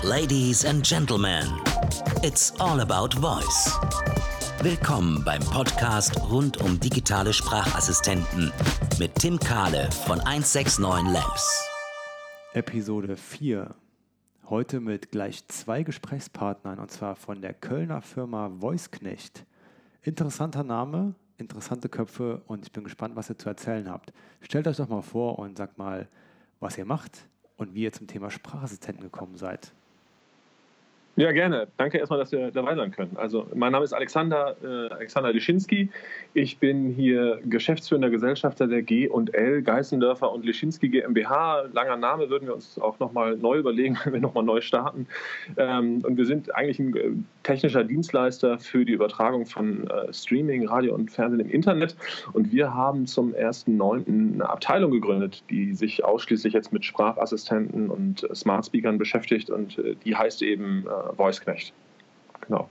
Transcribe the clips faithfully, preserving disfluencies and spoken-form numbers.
Ladies and Gentlemen, it's all about voice. Willkommen beim Podcast rund um digitale Sprachassistenten mit Tim Kahle von eins sechs neun Labs. Episode vier. Heute mit gleich zwei Gesprächspartnern, und zwar von der Kölner Firma Voiceknecht. Interessanter Name, interessante Köpfe, und ich bin gespannt, was ihr zu erzählen habt. Stellt euch doch mal vor und sagt mal, was ihr macht und wie ihr zum Thema Sprachassistenten gekommen seid. Ja, gerne. Danke erstmal, dass wir dabei sein können. Also mein Name ist Alexander, äh, Alexander Lischinski. Ich bin hier geschäftsführender Gesellschafter der G und L, Geißendörfer und Lischinski GmbH. Langer Name, würden wir uns auch nochmal neu überlegen, wenn wir nochmal neu starten. Ähm, und wir sind eigentlich ein äh, technischer Dienstleister für die Übertragung von äh, Streaming, Radio und Fernsehen im Internet. Und wir haben zum ersten neunten eine Abteilung gegründet, die sich ausschließlich jetzt mit Sprachassistenten und äh, Smart Speakern beschäftigt. Und äh, die heißt eben äh, Voiceknecht. Genau.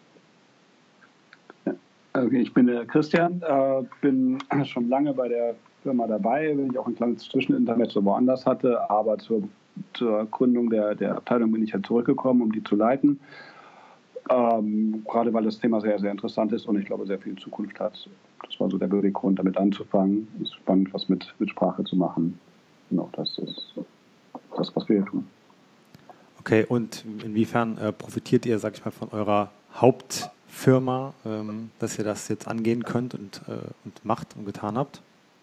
Okay, ich bin der Christian, äh, bin schon lange bei der Firma dabei, wenn ich auch ein kleines Zwischeninternet so woanders hatte, aber zur, zur Gründung der, der Abteilung bin ich halt zurückgekommen, um die zu leiten. Ähm, gerade weil das Thema sehr, sehr interessant ist und ich glaube, sehr viel Zukunft hat. Das war so der Beweggrund, damit anzufangen. Es ist spannend, was mit, mit Sprache zu machen. Genau, das ist das, was wir hier tun. Okay, und inwiefern äh, profitiert ihr, sag ich mal, von eurer Hauptfirma, ähm, dass ihr das jetzt angehen könnt und, äh, und macht und getan habt?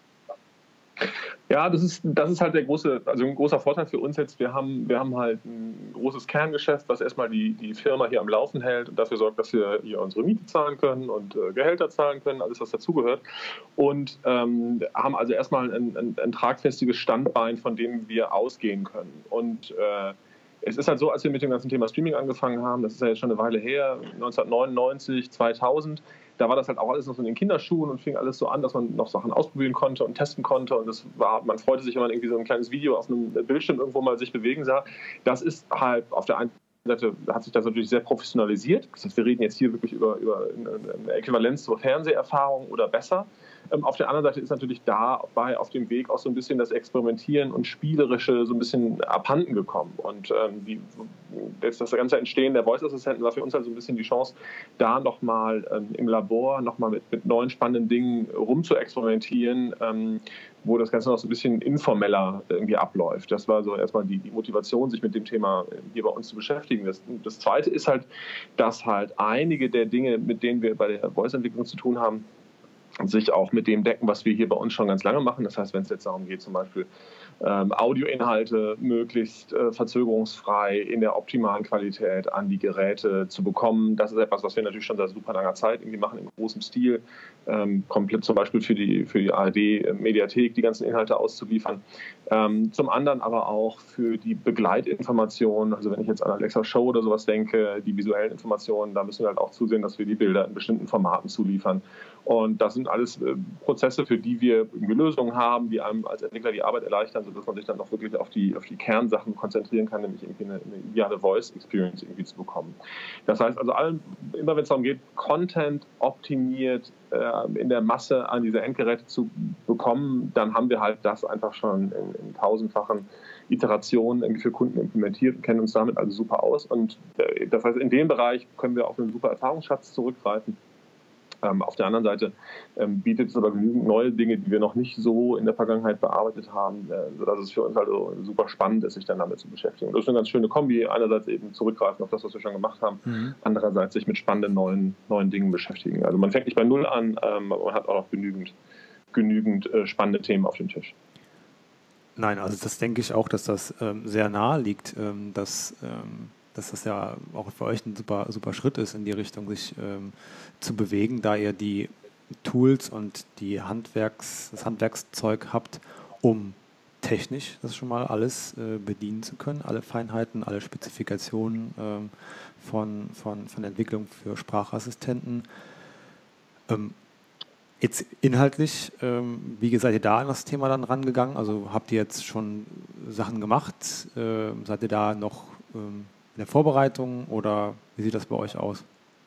Ja, das ist, das ist halt der große, also ein großer Vorteil für uns jetzt. Wir haben, wir haben halt ein großes Kerngeschäft, was erstmal die, die Firma hier am Laufen hält und dafür sorgt, dass wir hier unsere Miete zahlen können und äh, Gehälter zahlen können, alles was dazugehört. Und ähm, haben also erstmal ein, ein, ein tragfestiges Standbein, von dem wir ausgehen können. Und äh, es ist halt so, als wir mit dem ganzen Thema Streaming angefangen haben, das ist ja jetzt schon eine Weile her, neunzehnhundertneunundneunzig, zweitausend, da war das halt auch alles noch so in den Kinderschuhen und fing alles so an, dass man noch Sachen ausprobieren konnte und testen konnte, und das war, man freute sich, wenn man irgendwie so ein kleines Video auf einem Bildschirm irgendwo mal sich bewegen sah. Das ist halt auf der einen Seite, hat sich das natürlich sehr professionalisiert. Das heißt, wir reden jetzt hier wirklich über, über eine Äquivalenz zur Fernseherfahrung oder besser. Ähm, auf der anderen Seite ist natürlich dabei auf dem Weg auch so ein bisschen das Experimentieren und Spielerische so ein bisschen abhanden gekommen. Und ähm, die, das, das ganze Entstehen der Voice-Assistenten war für uns halt so ein bisschen die Chance, da nochmal ähm, im Labor nochmal mit, mit neuen spannenden Dingen rumzuexperimentieren, ähm, wo das Ganze noch so ein bisschen informeller irgendwie abläuft. Das war so erstmal die, die Motivation, sich mit dem Thema hier bei uns zu beschäftigen. Das, das Zweite ist halt, dass halt einige der Dinge, mit denen wir bei der Voice-Entwicklung zu tun haben, sich auch mit dem decken, was wir hier bei uns schon ganz lange machen. Das heißt, wenn es jetzt darum geht, zum Beispiel ähm, Audioinhalte möglichst äh, verzögerungsfrei in der optimalen Qualität an die Geräte zu bekommen, das ist etwas, was wir natürlich schon seit super langer Zeit irgendwie machen, in großem Stil, ähm, komplett zum Beispiel für die, für die A R D-Mediathek die ganzen Inhalte auszuliefern. Ähm, zum anderen aber auch für die Begleitinformationen, also wenn ich jetzt an Alexa Show oder sowas denke, die visuellen Informationen, da müssen wir halt auch zusehen, dass wir die Bilder in bestimmten Formaten zuliefern. Und das sind alles äh, Prozesse, für die wir Lösungen haben, die einem als Entwickler die Arbeit erleichtern, sodass man sich dann auch wirklich auf die, auf die Kernsachen konzentrieren kann, nämlich irgendwie eine, eine ideale Voice-Experience irgendwie zu bekommen. Das heißt also, allen, immer wenn es darum geht, Content optimiert äh, in der Masse an diese Endgeräte zu bekommen, dann haben wir halt das einfach schon in, in tausendfachen Iterationen irgendwie für Kunden implementiert und kennen uns damit also super aus. Und äh, das heißt, in dem Bereich können wir auf einen super Erfahrungsschatz zurückgreifen. Ähm, auf der anderen Seite ähm, bietet es aber genügend neue Dinge, die wir noch nicht so in der Vergangenheit bearbeitet haben, äh, sodass es für uns also super spannend ist, sich dann damit zu beschäftigen. Und das ist eine ganz schöne Kombi. Einerseits eben zurückgreifen auf das, was wir schon gemacht haben, mhm. andererseits sich mit spannenden neuen, neuen Dingen beschäftigen. Also man fängt nicht bei Null an, ähm, aber man hat auch noch genügend, genügend äh, spannende Themen auf dem Tisch. Nein, also das denke ich auch, dass das ähm, sehr nahe liegt, ähm, dass, ähm, dass das ja auch für euch ein super, super Schritt ist, in die Richtung sich ähm, zu bewegen, da ihr die Tools und die Handwerks, das Handwerkszeug habt, um technisch das schon mal alles äh, bedienen zu können, alle Feinheiten, alle Spezifikationen ähm, von, von, von Entwicklung für Sprachassistenten. Ähm, Jetzt inhaltlich, ähm, wie seid ihr da an das Thema dann rangegangen? Also habt ihr jetzt schon Sachen gemacht? Äh, seid ihr da noch ähm, in der Vorbereitung oder wie sieht das bei euch aus?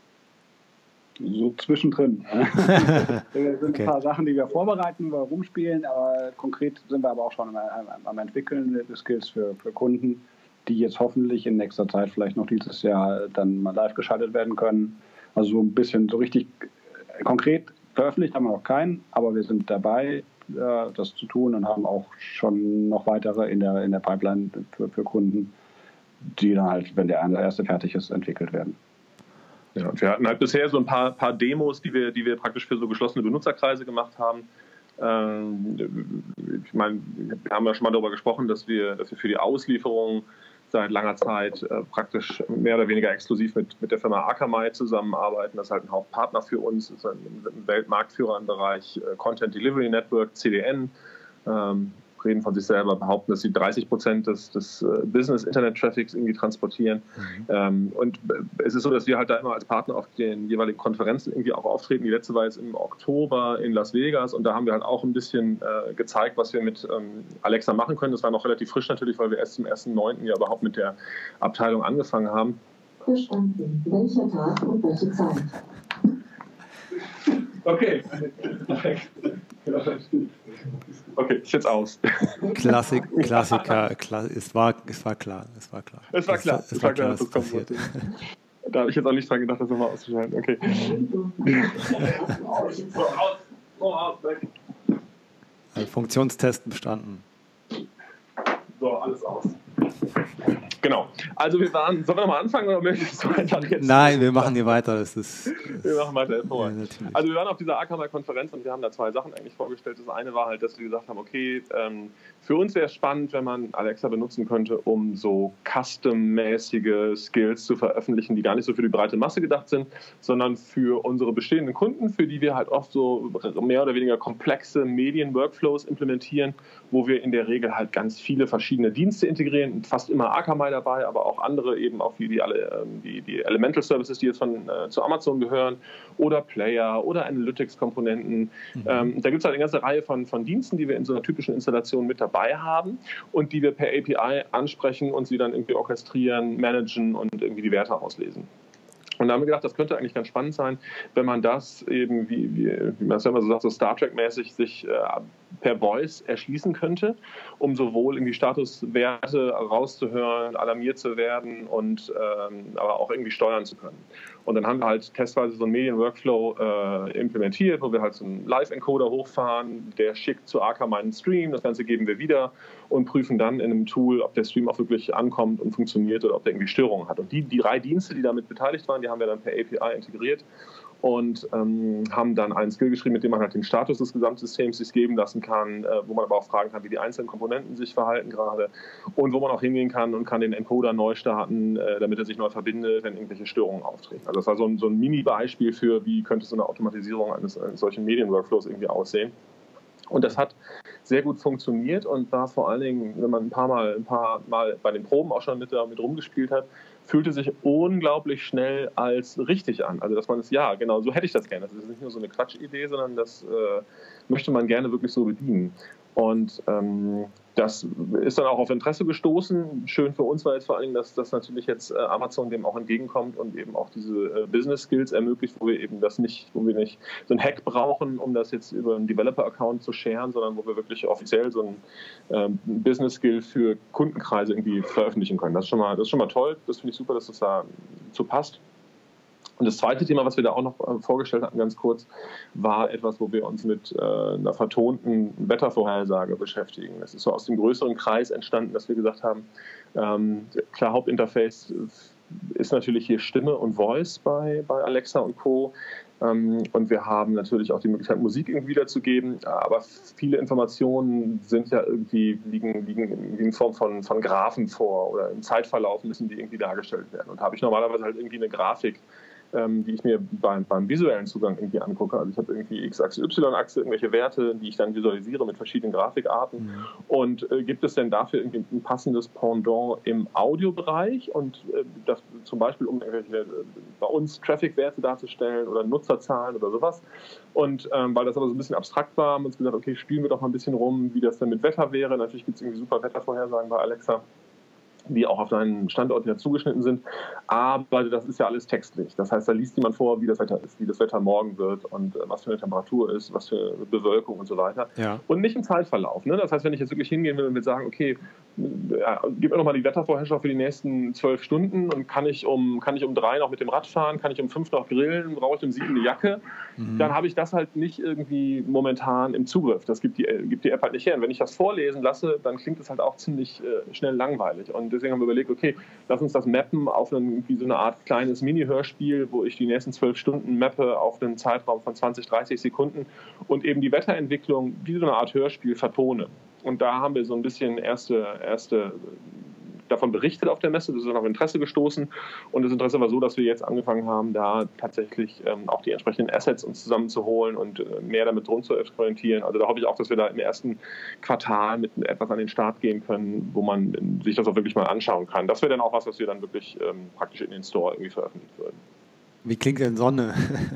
So zwischendrin. Es sind Okay. ein paar Sachen, die wir vorbereiten, wir rumspielen, aber konkret sind wir aber auch schon am, am, am entwickeln, die Skills für, für Kunden, die jetzt hoffentlich in nächster Zeit vielleicht noch dieses Jahr dann mal live geschaltet werden können. Also so ein bisschen so richtig konkret veröffentlicht haben wir noch keinen, aber wir sind dabei, das zu tun und haben auch schon noch weitere in der, in der Pipeline für, für Kunden, die dann halt, wenn der erste fertig ist, entwickelt werden. Ja, und wir hatten halt bisher so ein paar, paar Demos, die wir, die wir praktisch für so geschlossene Benutzerkreise gemacht haben. Ähm, ich meine, wir haben ja schon mal darüber gesprochen, dass wir, dass wir für die Auslieferung seit langer Zeit äh, praktisch mehr oder weniger exklusiv mit, mit der Firma Akamai zusammenarbeiten. Das ist halt ein Hauptpartner für uns, ist ein, ein Weltmarktführer im Bereich äh, Content Delivery Network, C D N. Ähm, reden von sich selber, behaupten, dass sie dreißig Prozent des, des uh, Business-Internet-Traffics irgendwie transportieren. Mhm. Ähm, und es ist so, dass wir halt da immer als Partner auf den jeweiligen Konferenzen irgendwie auch auftreten. Die letzte war jetzt im Oktober in Las Vegas und da haben wir halt auch ein bisschen äh, gezeigt, was wir mit ähm, Alexa machen können. Das war noch relativ frisch natürlich, weil wir erst zum ersten neunten ja überhaupt mit der Abteilung angefangen haben. Verstanden. Welcher Tag und welche Zeit? Okay, perfekt. Okay, ist jetzt aus. Klassik, Klassiker, Kla es, war, es war klar, es war klar. Es war klar, es, es war klar, dass das passiert. Da habe ich jetzt auch nicht dran gedacht, das nochmal auszuschalten. Okay. Also Funktionstest bestanden. So, alles aus. Genau. Also wir waren, sollen wir nochmal anfangen oder möchtest du einfach jetzt? Nein, wir machen hier weiter. Das ist, wir machen weiter. Ja, ja, also wir waren auf dieser Akamai-Konferenz und wir haben da zwei Sachen eigentlich vorgestellt. Das eine war halt, dass wir gesagt haben, okay, ähm, für uns wäre es spannend, wenn man Alexa benutzen könnte, um so custom-mäßige Skills zu veröffentlichen, die gar nicht so für die breite Masse gedacht sind, sondern für unsere bestehenden Kunden, für die wir halt oft so mehr oder weniger komplexe Medien-Workflows implementieren, wo wir in der Regel halt ganz viele verschiedene Dienste integrieren, fast immer Akamai dabei, aber auch andere eben auch wie die, alle, die, die Elemental Services, die jetzt von, äh, zu Amazon gehören, oder Player oder Analytics-Komponenten. Mhm. Ähm, da gibt es halt eine ganze Reihe von, von Diensten, die wir in so einer typischen Installation mit dabei haben und die wir per A P I ansprechen und sie dann irgendwie orchestrieren, managen und irgendwie die Werte auslesen. Und da haben wir gedacht, das könnte eigentlich ganz spannend sein, wenn man das eben, wie, wie, wie man es ja immer so sagt, so Star Trek-mäßig sich äh, per Voice erschließen könnte, um sowohl irgendwie Statuswerte rauszuhören, alarmiert zu werden und ähm, aber auch irgendwie steuern zu können. Und dann haben wir halt testweise so einen Medien-Workflow äh, implementiert, wo wir halt so einen Live-Encoder hochfahren, der schickt zu Akamai einen Stream, das Ganze geben wir wieder und prüfen dann in einem Tool, ob der Stream auch wirklich ankommt und funktioniert oder ob der irgendwie Störungen hat. Und die, die drei Dienste, die damit beteiligt waren, die haben wir dann per A P I integriert und ähm, haben dann einen Skill geschrieben, mit dem man halt den Status des Gesamtsystems sich geben lassen kann, äh, wo man aber auch fragen kann, wie die einzelnen Komponenten sich verhalten gerade und wo man auch hingehen kann und kann den Encoder neu starten, äh, damit er sich neu verbindet, wenn irgendwelche Störungen auftreten. Also das war so ein, so ein Mini-Beispiel für, wie könnte so eine Automatisierung eines, eines solchen Medien-Workflows irgendwie aussehen. Und das hat sehr gut funktioniert und war vor allen Dingen, wenn man ein paar Mal, ein paar Mal bei den Proben auch schon mit, mit rumgespielt hat, fühlte sich unglaublich schnell als richtig an. Also dass man es, ja, genau, so hätte ich das gerne. Das ist nicht nur so eine Quatschidee, sondern das äh, möchte man gerne wirklich so bedienen. Und ähm, das ist dann auch auf Interesse gestoßen. Schön für uns war jetzt vor allen Dingen, dass, dass natürlich jetzt äh, Amazon dem auch entgegenkommt und eben auch diese äh, Business Skills ermöglicht, wo wir eben das nicht, wo wir nicht so ein Hack brauchen, um das jetzt über einen Developer-Account zu sharen, sondern wo wir wirklich offiziell so ein ähm, Business Skill für Kundenkreise irgendwie veröffentlichen können. Das ist schon mal, das ist schon mal toll. Das finde ich super, dass das da so passt. Und das zweite Thema, was wir da auch noch vorgestellt hatten, ganz kurz, war etwas, wo wir uns mit äh, einer vertonten Wettervorhersage beschäftigen. Das ist so aus dem größeren Kreis entstanden, dass wir gesagt haben, ähm, klar, Hauptinterface ist natürlich hier Stimme und Voice bei, bei Alexa und Co. Ähm, und wir haben natürlich auch die Möglichkeit, Musik irgendwie wiederzugeben, aber viele Informationen sind ja irgendwie, liegen, liegen in Form von, von Graphen vor oder im Zeitverlauf müssen die irgendwie dargestellt werden. Und da habe ich normalerweise halt irgendwie eine Grafik, Ähm, die ich mir beim, beim visuellen Zugang irgendwie angucke. Also ich habe irgendwie X-Achse, Y-Achse, irgendwelche Werte, die ich dann visualisiere mit verschiedenen Grafikarten. Mhm. Und äh, gibt es denn dafür irgendwie ein passendes Pendant im Audiobereich? Und äh, das zum Beispiel, um irgendwelche, äh, bei uns Traffic-Werte darzustellen oder Nutzerzahlen oder sowas. Und ähm, weil das aber so ein bisschen abstrakt war, haben wir uns gesagt, okay, spielen wir doch mal ein bisschen rum, wie das denn mit Wetter wäre. Natürlich gibt es irgendwie super Wettervorhersagen bei Alexa. die auch auf seinen Standort wieder zugeschnitten sind. Aber das ist ja alles textlich. Das heißt, da liest jemand vor, wie das Wetter ist, wie das Wetter morgen wird und äh, was für eine Temperatur ist, was für Bewölkung und so weiter. Ja. Und nicht im Zeitverlauf. Ne? Das heißt, wenn ich jetzt wirklich hingehen will und will sagen, okay, ja, gib mir noch mal die Wettervorherrschaft für die nächsten zwölf Stunden und kann ich um kann ich um drei noch mit dem Rad fahren, kann ich um fünf noch grillen, brauche ich um sieben eine Jacke, mhm. dann habe ich das halt nicht irgendwie momentan im Zugriff. Das gibt die, gibt die App halt nicht her. Und wenn ich das vorlesen lasse, dann klingt es halt auch ziemlich äh, schnell langweilig. Und deswegen haben wir überlegt, okay, lass uns das mappen auf einen, wie so eine Art kleines Mini-Hörspiel, wo ich die nächsten zwölf Stunden mappe auf einen Zeitraum von zwanzig, dreißig Sekunden und eben die Wetterentwicklung wie so eine Art Hörspiel vertone. Und da haben wir so ein bisschen erste, erste davon berichtet auf der Messe, das ist auf Interesse gestoßen und das Interesse war so, dass wir jetzt angefangen haben, da tatsächlich ähm, auch die entsprechenden Assets uns zusammenzuholen und äh, mehr damit rum zu experimentieren. Also da hoffe ich auch, dass wir da im ersten Quartal mit etwas an den Start gehen können, wo man sich das auch wirklich mal anschauen kann. Das wäre dann auch was, was wir dann wirklich ähm, praktisch in den Store irgendwie veröffentlichen würden. Wie klingt denn Sonne?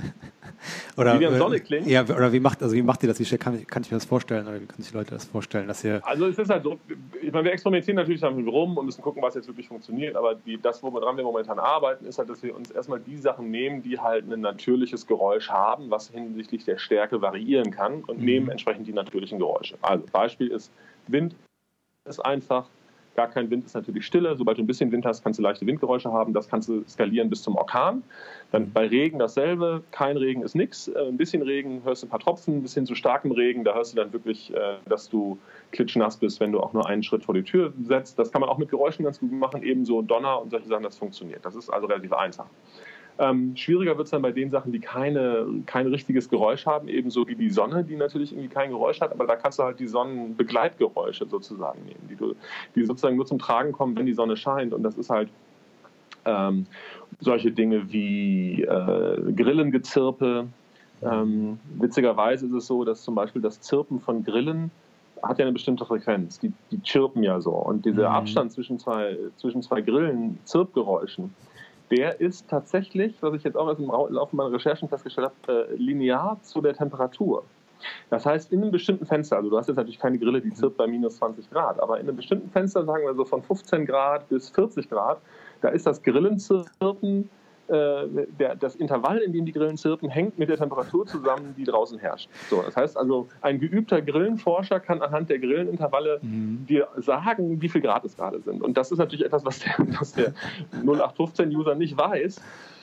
Oder, wie denn Sonne klingt? Ja, oder wie macht, also wie macht ihr das? Wie kann, kann ich mir das vorstellen? Oder wie können sich Leute das vorstellen? Dass ihr also es ist halt so, ich meine, wir experimentieren natürlich damit rum und müssen gucken, was jetzt wirklich funktioniert, aber die, das, woran wir momentan arbeiten, ist halt, dass wir uns erstmal die Sachen nehmen, die halt ein natürliches Geräusch haben, was hinsichtlich der Stärke variieren kann und mhm. nehmen entsprechend die natürlichen Geräusche. Also Beispiel ist, Wind ist einfach, gar kein Wind ist natürlich Stille. Sobald du ein bisschen Wind hast, kannst du leichte Windgeräusche haben. Das kannst du skalieren bis zum Orkan. Dann bei Regen dasselbe. Kein Regen ist nichts. Ein bisschen Regen hörst du ein paar Tropfen. Bis hin zu starkem Regen, da hörst du dann wirklich, dass du klitschnass bist, wenn du auch nur einen Schritt vor die Tür setzt. Das kann man auch mit Geräuschen ganz gut machen. Ebenso Donner und solche Sachen, das funktioniert. Das ist also relativ einfach. Ähm, schwieriger wird es dann bei den Sachen, die keine, kein richtiges Geräusch haben, ebenso wie die Sonne, die natürlich irgendwie kein Geräusch hat, aber da kannst du halt die Sonnenbegleitgeräusche sozusagen nehmen, die, du, die sozusagen nur zum Tragen kommen, wenn die Sonne scheint. Und das ist halt ähm, solche Dinge wie äh, Grillengezirpe. Ähm, witzigerweise ist es so, dass zum Beispiel das Zirpen von Grillen hat ja eine bestimmte Frequenz. Die, die chirpen ja so. Und dieser mhm. Abstand zwischen zwei, zwischen zwei Grillen-Zirpgeräuschen, der ist tatsächlich, was ich jetzt auch erst im Laufe meiner Recherchen festgestellt habe, äh, linear zu der Temperatur. Das heißt, in einem bestimmten Fenster, also du hast jetzt natürlich keine Grille, die zirpt bei minus zwanzig Grad, aber in einem bestimmten Fenster, sagen wir so von fünfzehn Grad bis vierzig Grad, da ist das Grillenzirpen, äh, der, das Intervall, in dem die Grillen zirpen, hängt mit der Temperatur zusammen, die draußen herrscht. So, das heißt also, ein geübter Grillenforscher kann anhand der Grillenintervalle mhm. dir sagen, wie viel Grad es gerade sind. Und das ist natürlich etwas, was der, was der null acht fünfzehn-User nicht weiß,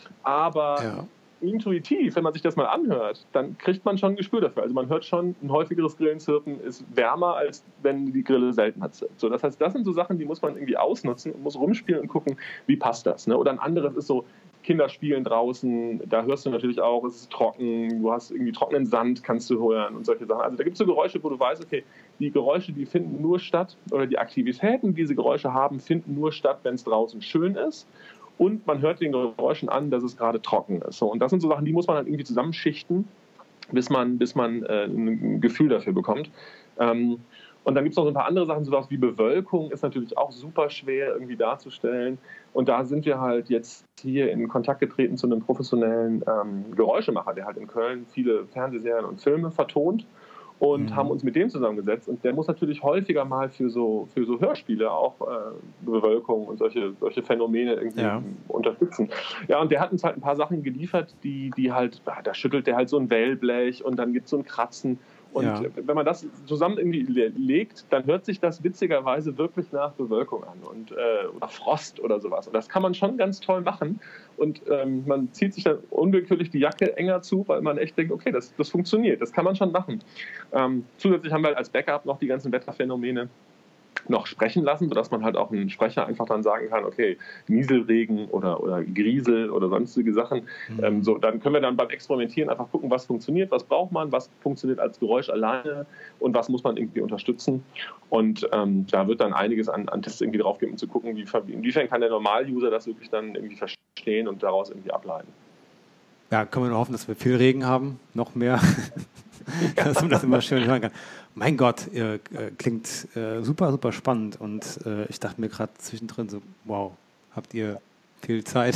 aber ja. intuitiv, wenn man sich das mal anhört, dann kriegt man schon ein Gespür dafür. Also man hört schon, ein häufigeres Grillenzirpen ist wärmer, als wenn die Grille seltener zirpt. So, das heißt, das sind so Sachen, die muss man irgendwie ausnutzen und muss rumspielen und gucken, wie passt das. Ne? Oder ein anderes ist so, Kinder spielen draußen, da hörst du natürlich auch, es ist trocken, du hast irgendwie trockenen Sand, kannst du hören und solche Sachen. Also da gibt es so Geräusche, wo du weißt, okay, die Geräusche, die finden nur statt, oder die Aktivitäten, die diese Geräusche haben, finden nur statt, wenn es draußen schön ist. Und man hört den Geräuschen an, dass es gerade trocken ist. So, und das sind so Sachen, die muss man halt irgendwie zusammenschichten, bis man, bis man äh, ein Gefühl dafür bekommt. Ähm, und dann gibt es noch so ein paar andere Sachen, sowas wie Bewölkung ist natürlich auch super schwer irgendwie darzustellen. Und da sind wir halt jetzt hier in Kontakt getreten zu einem professionellen ähm, Geräuschemacher, der halt in Köln viele Fernsehserien und Filme vertont. Und mhm. haben uns mit dem zusammengesetzt. Und der muss natürlich häufiger mal für so, für so Hörspiele auch äh, Bewölkung und solche, solche Phänomene irgendwie ja. unterstützen. Ja, und der hat uns halt ein paar Sachen geliefert, die, die halt, da schüttelt der halt so ein Wellblech und dann gibt es so ein Kratzen. Und ja. wenn man das zusammen irgendwie legt, dann hört sich das witzigerweise wirklich nach Bewölkung an und, äh, oder Frost oder sowas. Und das kann man schon ganz toll machen. Und ähm, man zieht sich dann unwillkürlich die Jacke enger zu, weil man echt denkt, okay, das, das funktioniert, das kann man schon machen. Ähm, zusätzlich haben wir als Backup noch die ganzen Wetterphänomene noch sprechen lassen, sodass man halt auch einen Sprecher einfach dann sagen kann, okay, Nieselregen oder, oder Griesel oder sonstige Sachen. Mhm. Ähm, so, dann können wir dann beim Experimentieren einfach gucken, was funktioniert, was braucht man, was funktioniert als Geräusch alleine und was muss man irgendwie unterstützen. Und ähm, da wird dann einiges an, an Tests irgendwie drauf geben, um zu gucken, wie, inwiefern kann der Normal-User das wirklich dann irgendwie verstehen und daraus irgendwie ableiten. Ja, können wir nur hoffen, dass wir viel Regen haben, noch mehr, dass man das immer schön hören kann. Mein Gott, ihr, äh, klingt äh, super, super spannend und äh, ich dachte mir gerade zwischendrin so, wow, habt ihr viel Zeit,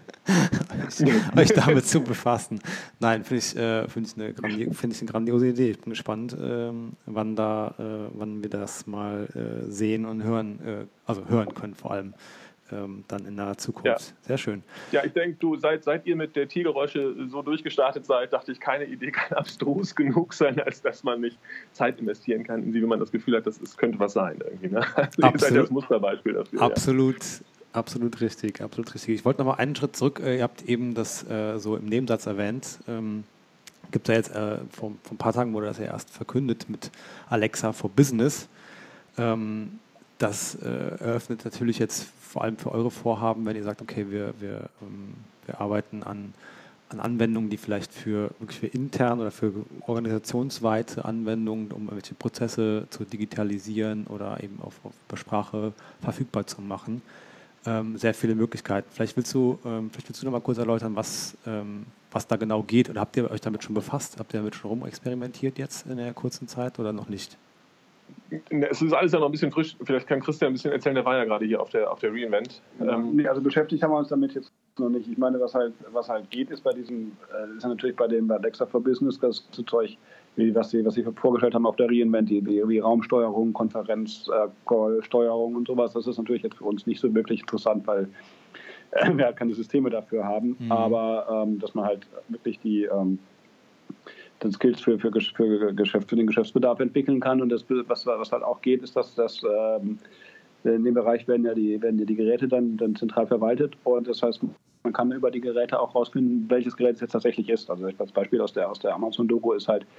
euch damit zu befassen. Nein, finde ich, äh, find ich, eine grandi- find ich eine grandiose Idee. Ich bin gespannt, ähm, wann, da, äh, wann wir das mal äh, sehen und hören, äh, also hören können vor allem. Ähm, dann in naher Zukunft. Ja. Sehr schön. Ja, ich denke, du, seit, seit ihr mit der Tiergeräusche so durchgestartet seid, dachte ich, keine Idee kann abstrus genug sein, als dass man nicht Zeit investieren kann in sie, wenn man das Gefühl hat, das ist, könnte was sein. Irgendwie, ne? Also absolut, ihr seid das Musterbeispiel dafür. Absolut, ja. absolut richtig, absolut richtig. Ich wollte noch mal einen Schritt zurück. Ihr habt eben das äh, so im Nebensatz erwähnt. Ähm, gibt es ja jetzt, äh, vor, vor ein paar Tagen wurde das ja erst verkündet mit Alexa for Business. Ähm, das äh, eröffnet natürlich jetzt vor allem für eure Vorhaben, wenn ihr sagt, okay, wir, wir, ähm, wir arbeiten an, an Anwendungen, die vielleicht für wirklich für intern oder für organisationsweite Anwendungen, um irgendwelche Prozesse zu digitalisieren oder eben auf, auf Sprache verfügbar zu machen, ähm, sehr viele Möglichkeiten. Vielleicht willst du, ähm, vielleicht willst du noch mal kurz erläutern, was, ähm, was da genau geht, oder habt ihr euch damit schon befasst? Habt ihr damit schon rumexperimentiert jetzt in der kurzen Zeit oder noch nicht? Es ist alles ja noch ein bisschen frisch. Vielleicht kann Christian ein bisschen erzählen, der war ja gerade hier auf der, auf der re:Invent. Ähm nee, also beschäftigt haben wir uns damit jetzt noch nicht. Ich meine, was halt, was halt geht, ist bei diesem, äh, ist ja natürlich bei dem bei Alexa for Business, das Zeug, wie, was sie, was sie vorgestellt haben auf der re:Invent, wie, wie Raumsteuerung, Konferenzsteuerung äh, und sowas. Das ist natürlich jetzt für uns nicht so wirklich interessant, weil äh, wir halt keine Systeme dafür haben. Mhm. Aber ähm, dass man halt wirklich die ähm, den Skills für, für, für, Geschäft, für den Geschäftsbedarf entwickeln kann. Und das, was, was halt auch geht, ist, dass das ähm, in dem Bereich werden ja die, werden ja die Geräte dann, dann zentral verwaltet. Und das heißt, man kann über die Geräte auch rausfinden, welches Gerät es jetzt tatsächlich ist. Also das Beispiel aus der, aus der Amazon-Doku ist halt,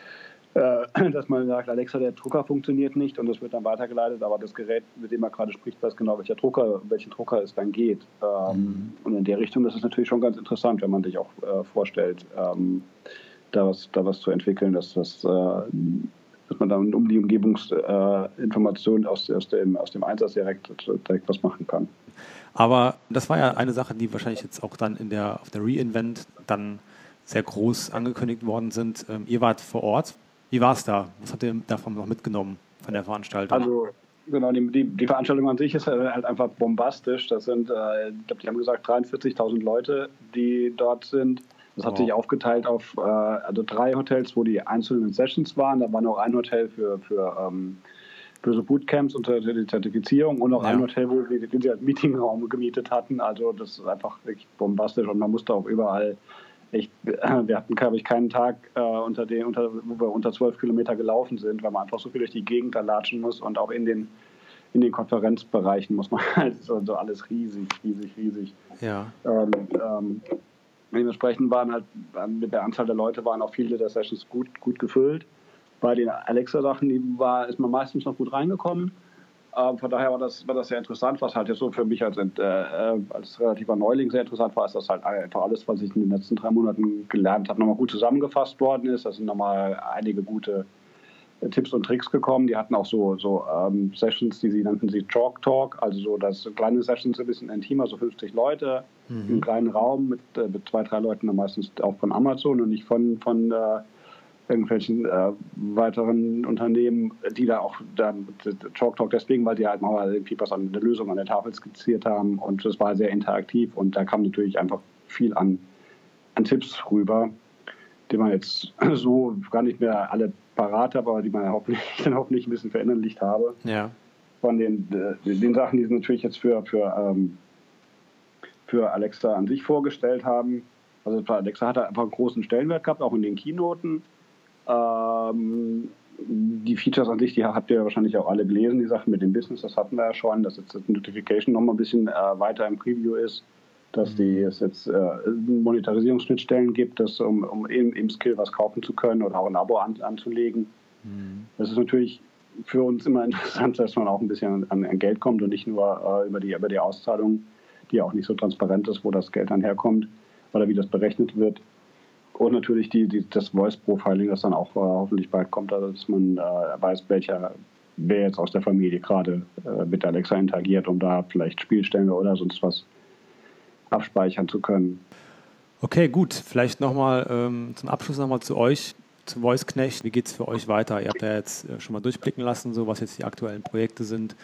äh, dass man sagt, Alexa, der Drucker funktioniert nicht, und das wird dann weitergeleitet, aber das Gerät, mit dem man gerade spricht, weiß genau, welcher Drucker, welchen Drucker es dann geht. Ähm, mhm. Und in der Richtung, das ist natürlich schon ganz interessant, wenn man sich auch äh, vorstellt, ähm, Da was, da was zu entwickeln, dass, das, äh, dass man dann um die Umgebungsinformationen äh, aus, aus, dem, aus dem Einsatz direkt, direkt was machen kann. Aber das war ja eine Sache, die wahrscheinlich jetzt auch dann in der, auf der re:Invent dann sehr groß angekündigt worden sind. Ähm, ihr wart vor Ort. Wie war es da? Was habt ihr davon noch mitgenommen, von der Veranstaltung? Also genau, die, die, die Veranstaltung an sich ist halt einfach bombastisch. Das sind, äh, ich glaube, die haben gesagt, dreiundvierzigtausend Leute, die dort sind. Das hat sich aufgeteilt auf äh, also drei Hotels, wo die einzelnen Sessions waren. Da war noch ein Hotel für, für, ähm, für so Bootcamps und die Zertifizierung und noch ja. ein Hotel, wo sie, den sie als Meetingraum gemietet hatten. Also das ist einfach wirklich bombastisch, und man musste auch überall echt, äh, wir hatten, glaube ich, keinen Tag, äh, unter den, unter, wo wir unter zwölf Kilometer gelaufen sind, weil man einfach so viel durch die Gegend da latschen muss, und auch in den, in den Konferenzbereichen muss man halt so, so alles riesig, riesig, riesig. Ja. Ähm, ähm, Dementsprechend waren halt mit der Anzahl der Leute waren auch viele der Sessions gut, gut gefüllt. Bei den Alexa-Sachen die war, ist man meistens noch gut reingekommen. Ähm, von daher war das, war das sehr interessant, was halt jetzt so für mich als, äh, als relativer Neuling sehr interessant war, ist, dass halt einfach alles, was ich in den letzten drei Monaten gelernt habe, nochmal gut zusammengefasst worden ist. Da sind nochmal einige gute Tipps und Tricks gekommen. Die hatten auch so, so ähm, Sessions, die sie nannten sie Chalk Talk, also so das kleine Sessions, ein bisschen intimer, so fünfzig Leute mhm. im kleinen Raum mit, äh, mit zwei, drei Leuten, dann meistens auch von Amazon und nicht von, von äh, irgendwelchen äh, weiteren Unternehmen, die da auch dann Chalk Talk deswegen, weil die halt mal irgendwie was an der Lösung an der Tafel skizziert haben, und das war sehr interaktiv, und da kam natürlich einfach viel an, an Tipps rüber, die man jetzt so gar nicht mehr alle parat habe, aber die man hoffentlich, dann hoffentlich ein bisschen verinnerlicht habe. Ja. Von den, äh, den Sachen, die sie natürlich jetzt für, für, ähm, für Alexa an sich vorgestellt haben. Also Alexa hat einfach einen großen Stellenwert gehabt, auch in den Keynoten. Ähm, die Features an sich, die habt ihr wahrscheinlich auch alle gelesen, die Sachen mit dem Business, das hatten wir ja schon, dass jetzt das Notification noch mal ein bisschen äh, weiter im Preview ist, dass die, es jetzt äh, Monetarisierungsschnittstellen gibt, dass, um, um im, im Skill was kaufen zu können oder auch ein Abo an, anzulegen. Mhm. Das ist natürlich für uns immer interessant, dass man auch ein bisschen an, an Geld kommt und nicht nur äh, über, die, über die Auszahlung, die ja auch nicht so transparent ist, wo das Geld dann herkommt oder wie das berechnet wird. Und natürlich die, die, das Voice-Profiling, das dann auch äh, hoffentlich bald kommt, also dass man äh, weiß, welcher, wer jetzt aus der Familie gerade äh, mit Alexa interagiert, um da vielleicht Spielstände oder sonst was abspeichern zu können. Okay, gut. Vielleicht nochmal ähm, zum Abschluss nochmal zu euch, zu VoiceKnecht. Wie geht es für euch weiter? Ihr habt ja jetzt äh, schon mal durchblicken lassen, so was jetzt die aktuellen Projekte sind.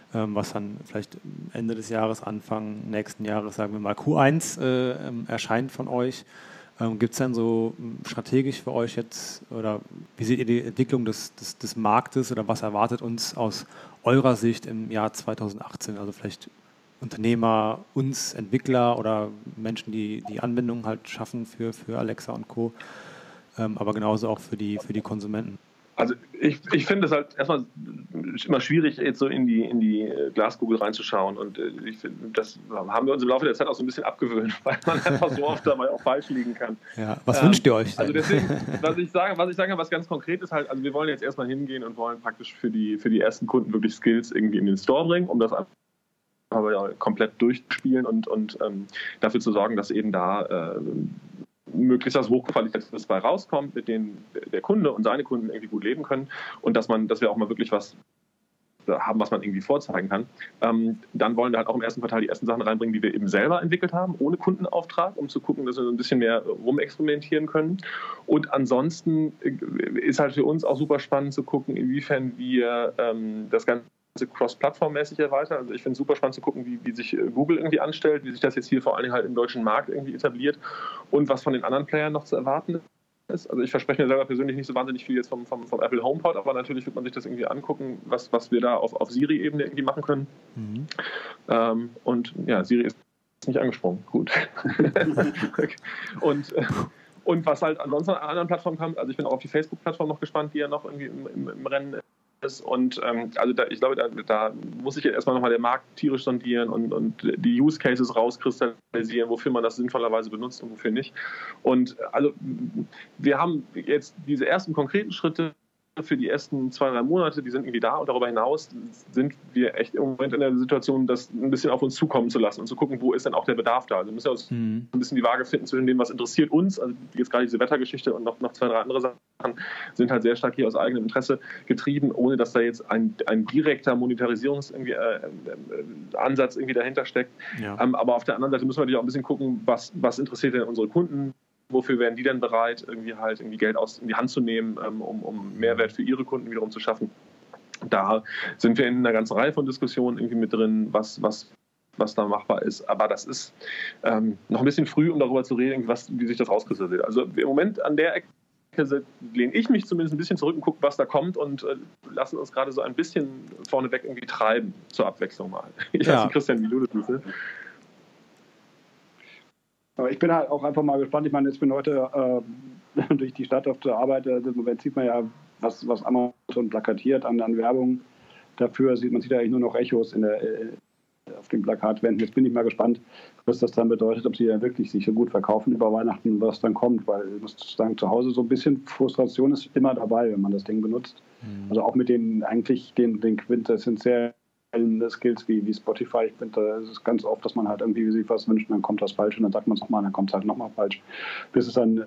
ähm, was dann vielleicht Ende des Jahres, Anfang nächsten Jahres, sagen wir mal Q eins, äh, ähm, erscheint von euch. Ähm, Gibt es denn so strategisch für euch jetzt, oder wie seht ihr die Entwicklung des, des, des Marktes oder was erwartet uns aus eurer Sicht im Jahr zweitausendachtzehn? Also vielleicht Unternehmer, uns, Entwickler oder Menschen, die die Anwendungen halt schaffen für, für Alexa und Co., ähm, aber genauso auch für die, für die Konsumenten. Also ich, ich finde es halt erstmal immer schwierig, jetzt so in die, in die Glaskugel reinzuschauen. Und ich finde, das haben wir uns im Laufe der Zeit auch so ein bisschen abgewöhnt, weil man einfach so oft dabei auch falsch liegen kann. Ja, was ähm, wünscht ihr euch denn? Also deswegen, was ich sage, was ich sage, was ganz konkret ist halt, also wir wollen jetzt erstmal hingehen und wollen praktisch für die, für die ersten Kunden wirklich Skills irgendwie in den Store bringen, um das aber ja komplett durchspielen und, und ähm, dafür zu sorgen, dass eben da äh, möglichst was Hochqualitatives bei rauskommt, mit denen der Kunde und seine Kunden irgendwie gut leben können und dass man, dass wir auch mal wirklich was haben, was man irgendwie vorzeigen kann. Ähm, dann wollen wir halt auch im ersten Quartal die ersten Sachen reinbringen, die wir eben selber entwickelt haben, ohne Kundenauftrag, um zu gucken, dass wir so ein bisschen mehr rumexperimentieren können. Und ansonsten ist halt für uns auch super spannend zu gucken, inwiefern wir ähm, das Ganze cross-plattform-mäßig erweitern. Also ich finde es super spannend zu gucken, wie, wie sich Google irgendwie anstellt, wie sich das jetzt hier vor allen Dingen halt im deutschen Markt irgendwie etabliert und was von den anderen Playern noch zu erwarten ist. Also ich verspreche mir selber persönlich nicht so wahnsinnig viel jetzt vom, vom, vom Apple HomePod, aber natürlich wird man sich das irgendwie angucken, was, was wir da auf, auf Siri-Ebene irgendwie machen können. Mhm. Ähm, und ja, Siri ist nicht angesprungen. Gut. und Und was halt ansonsten an anderen Plattformen kam, also ich bin auch auf die Facebook-Plattform noch gespannt, die ja noch irgendwie im, im, im Rennen ist. Und ähm, also da, ich glaube, da, da muss sich jetzt erstmal nochmal der Markt tierisch sondieren und, und die Use Cases rauskristallisieren, wofür man das sinnvollerweise benutzt und wofür nicht. Und also wir haben jetzt diese ersten konkreten Schritte für die ersten zwei, drei Monate, die sind irgendwie da und darüber hinaus sind wir echt im Moment in der Situation, das ein bisschen auf uns zukommen zu lassen und zu gucken, wo ist denn auch der Bedarf da. Also wir müssen ja uns mhm. ein bisschen die Waage finden zwischen dem, was interessiert uns, also jetzt gerade diese Wettergeschichte und noch, noch zwei, drei andere Sachen sind halt sehr stark hier aus eigenem Interesse getrieben, ohne dass da jetzt ein, ein direkter Monetarisierungsansatz irgendwie, äh, Ansatz irgendwie dahinter steckt. Ja. Ähm, aber auf der anderen Seite müssen wir natürlich auch ein bisschen gucken, was, was interessiert denn unsere Kunden. Wofür wären die denn bereit, irgendwie halt irgendwie Geld aus in die Hand zu nehmen, um, um Mehrwert für ihre Kunden wiederum zu schaffen? Da sind wir in einer ganzen Reihe von Diskussionen irgendwie mit drin, was, was, was da machbar ist. Aber das ist ähm, noch ein bisschen früh, um darüber zu reden, was, wie sich das rauskristallisiert. Also im Moment an der Ecke lehne ich mich zumindest ein bisschen zurück und gucke, was da kommt und äh, lassen uns gerade so ein bisschen vorneweg irgendwie treiben, zur Abwechslung mal. Ich ja. weiß nicht, Christian, wie du das siehst. Aber ich bin halt auch einfach mal gespannt. Ich meine, ich bin heute äh, durch die Stadt auf der Arbeit. Im Moment sieht man ja, was, was Amazon plakatiert an, an Werbung dafür. Sieht, man sieht ja eigentlich nur noch Echos in der, äh, auf den Plakatwänden. Jetzt bin ich mal gespannt, was das dann bedeutet, ob sie ja wirklich sich so gut verkaufen über Weihnachten, was dann kommt. Weil ich muss sagen, zu Hause so ein bisschen Frustration ist immer dabei, wenn man das Ding benutzt. Mhm. Also auch mit den eigentlich den, den quintessentiellen Skills wie, wie Spotify. Ich finde, es ist ganz oft, dass man halt irgendwie sich was wünscht und dann kommt das falsch und dann sagt man es nochmal, dann kommt es halt nochmal falsch. Bis es dann,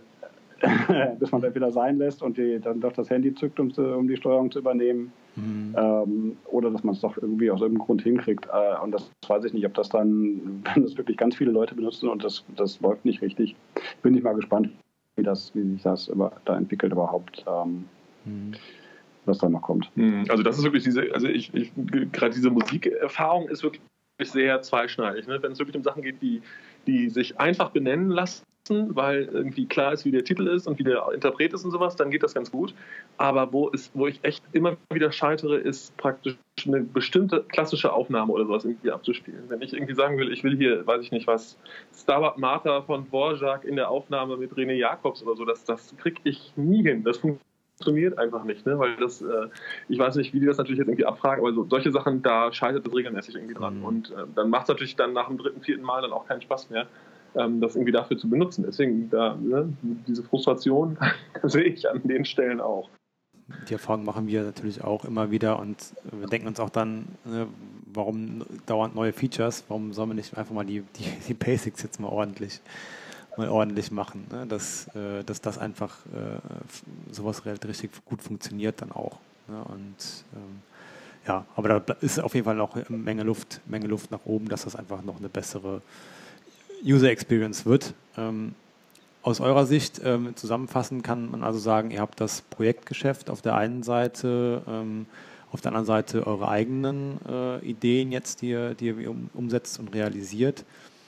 bis man dann wieder sein lässt und die, dann doch das Handy zückt, um, um die Steuerung zu übernehmen. Mhm. Ähm, oder dass man es doch irgendwie aus irgendeinem Grund hinkriegt. Äh, und das weiß ich nicht, ob das dann, wenn das wirklich ganz viele Leute benutzen und das, das läuft nicht richtig, bin ich mal gespannt, wie, das, wie sich das über, da entwickelt überhaupt. Ähm, mhm. was da noch kommt. Also das ist wirklich diese, also ich, ich gerade diese Musikerfahrung ist wirklich sehr zweischneidig. Ne? Wenn es wirklich um Sachen geht, die, die sich einfach benennen lassen, weil irgendwie klar ist, wie der Titel ist und wie der Interpret ist und sowas, dann geht das ganz gut. Aber wo, ist, wo ich echt immer wieder scheitere, ist praktisch eine bestimmte klassische Aufnahme oder sowas irgendwie abzuspielen. Wenn ich irgendwie sagen will, ich will hier, weiß ich nicht was, Stabat Mater von Dvorak in der Aufnahme mit René Jacobs oder so, das, das kriege ich nie hin. Das funktioniert funktioniert einfach nicht, ne? Weil das, äh, ich weiß nicht, wie die das natürlich jetzt irgendwie abfragen, aber so, solche Sachen, da scheitert es regelmäßig irgendwie dran. Mhm. Und äh, dann macht es natürlich dann nach dem dritten, vierten Mal dann auch keinen Spaß mehr, ähm, das irgendwie dafür zu benutzen. Deswegen, da, ne, diese Frustration sehe ich an den Stellen auch. Die Erfahrung machen wir natürlich auch immer wieder und wir denken uns auch dann, ne, warum dauernd neue Features, warum sollen wir nicht einfach mal die, die, die Basics jetzt mal ordentlich mal ordentlich machen, ne? dass, äh, dass das einfach äh, sowas richtig gut funktioniert dann auch. Ne? Und ähm, ja, aber da ist auf jeden Fall noch eine Menge Luft, Menge Luft nach oben, dass das einfach noch eine bessere User Experience wird. Ähm, aus eurer Sicht ähm, zusammenfassend kann man also sagen, ihr habt das Projektgeschäft auf der einen Seite, ähm, auf der anderen Seite eure eigenen äh, Ideen jetzt, die ihr, die ihr um, umsetzt und realisiert.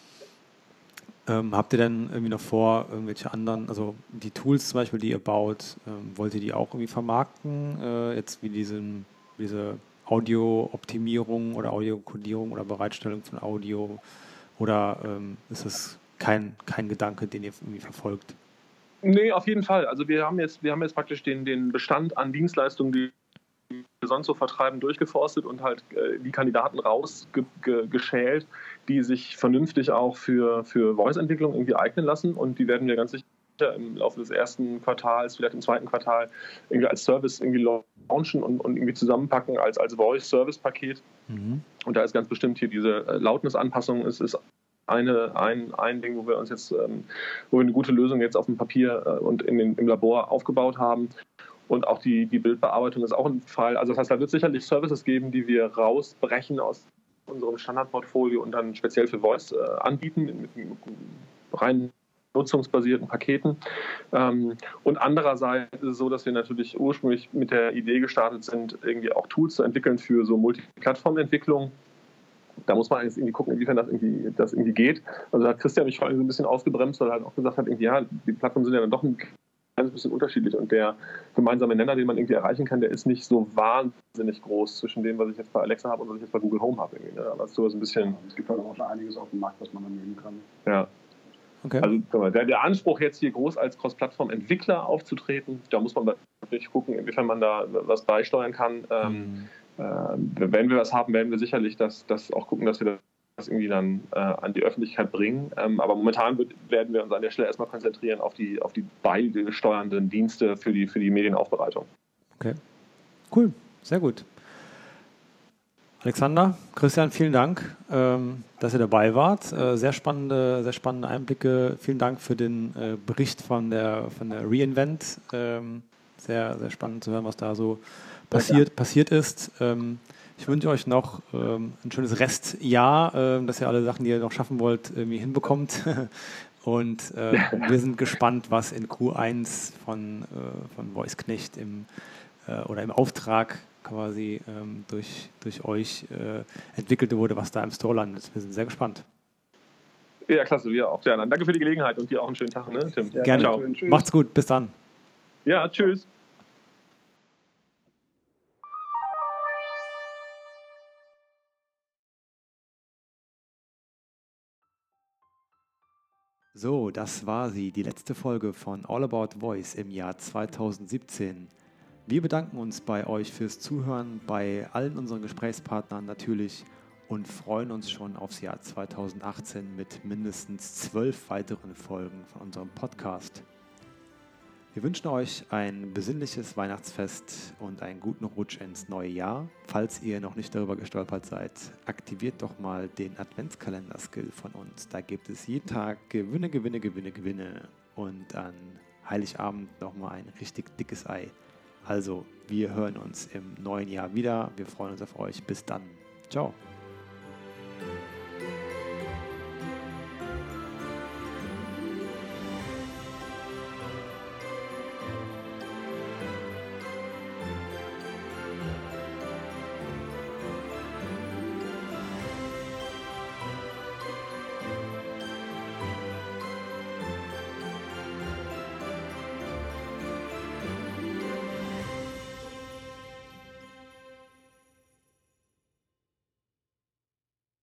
Ähm, habt ihr denn irgendwie noch vor, irgendwelche anderen, also die Tools zum Beispiel, die ihr baut, ähm, wollt ihr die auch irgendwie vermarkten? Äh, jetzt wie diesen, diese Audio-Optimierung oder Audio-Codierung oder Bereitstellung von Audio? Oder ähm, ist das kein, kein Gedanke, den ihr irgendwie verfolgt? Nee, auf jeden Fall. Also wir haben jetzt, wir haben jetzt praktisch den, den Bestand an Dienstleistungen, die wir sonst so vertreiben, durchgeforstet und halt äh, die Kandidaten rausgeschält, die sich vernünftig auch für, für Voice-Entwicklung irgendwie eignen lassen. Und die werden wir ganz sicher im Laufe des ersten Quartals, vielleicht im zweiten Quartal, irgendwie als Service irgendwie launchen und, und irgendwie zusammenpacken als, als Voice-Service-Paket. Mhm. Und da ist ganz bestimmt hier diese äh, Lautnisanpassung. Es ist eine, ein, ein Ding, wo wir uns jetzt, ähm, wo wir eine gute Lösung jetzt auf dem Papier äh, und in den, im Labor aufgebaut haben. Und auch die, die Bildbearbeitung ist auch ein Fall. Also das heißt, da wird es sicherlich Services geben, die wir rausbrechen aus unserem Standardportfolio und dann speziell für Voice äh, anbieten, mit, mit rein nutzungsbasierten Paketen. Ähm, und andererseits ist es so, dass wir natürlich ursprünglich mit der Idee gestartet sind, irgendwie auch Tools zu entwickeln für so Multiplattformentwicklung. Da muss man jetzt irgendwie gucken, inwiefern das irgendwie, das irgendwie geht. Also da hat Christian mich vor allem so ein bisschen ausgebremst, weil er halt auch gesagt hat, irgendwie, ja, die Plattformen sind ja dann doch ein ein bisschen unterschiedlich und der gemeinsame Nenner, den man irgendwie erreichen kann, der ist nicht so wahnsinnig groß zwischen dem, was ich jetzt bei Alexa habe und was ich jetzt bei Google Home habe. Ne? Aber so ein bisschen. Ja, es gibt halt auch schon einiges auf dem Markt, was man dann nehmen kann. Ja. Okay. Also der, der Anspruch jetzt hier groß als Cross-Plattform-Entwickler aufzutreten, da muss man wirklich gucken, inwiefern man da was beisteuern kann. Ähm, mhm. äh, wenn wir was haben, werden wir sicherlich das, das auch gucken, dass wir das das irgendwie dann äh, an die Öffentlichkeit bringen. Ähm, aber momentan wird, werden wir uns an der Stelle erstmal konzentrieren auf die, auf die beisteuernden Dienste für die, für die Medienaufbereitung. Okay, cool, sehr gut. Alexander, Christian, vielen Dank, ähm, dass ihr dabei wart. Äh, sehr spannende, sehr spannende Einblicke. Vielen Dank für den äh, Bericht von der, von der reInvent. Ähm, sehr, sehr spannend zu hören, was da so passiert, ja. passiert ist. Ähm, Ich wünsche euch noch ähm, ein schönes Restjahr, äh, dass ihr alle Sachen, die ihr noch schaffen wollt, irgendwie hinbekommt. Und äh, wir sind gespannt, was in Q eins von, äh, von Voiceknecht im, äh, oder im Auftrag quasi ähm, durch, durch euch äh, entwickelt wurde, was da im Store landet. Wir sind sehr gespannt. Ja, klasse, wir auch. Ja, dann danke für die Gelegenheit und dir auch einen schönen Tag, ne, Tim? Ja, gerne. Ciao. Macht's gut, bis dann. Ja, tschüss. So, das war sie, die letzte Folge von All About Voice im Jahr zweitausendsiebzehn. Wir bedanken uns bei euch fürs Zuhören, bei allen unseren Gesprächspartnern natürlich und freuen uns schon aufs Jahr zweitausendachtzehn mit mindestens zwölf weiteren Folgen von unserem Podcast. Wir wünschen euch ein besinnliches Weihnachtsfest und einen guten Rutsch ins neue Jahr. Falls ihr noch nicht darüber gestolpert seid, aktiviert doch mal den Adventskalender-Skill von uns. Da gibt es jeden Tag Gewinne, Gewinne, Gewinne, Gewinne und an Heiligabend nochmal ein richtig dickes Ei. Also, wir hören uns im neuen Jahr wieder. Wir freuen uns auf euch. Bis dann. Ciao.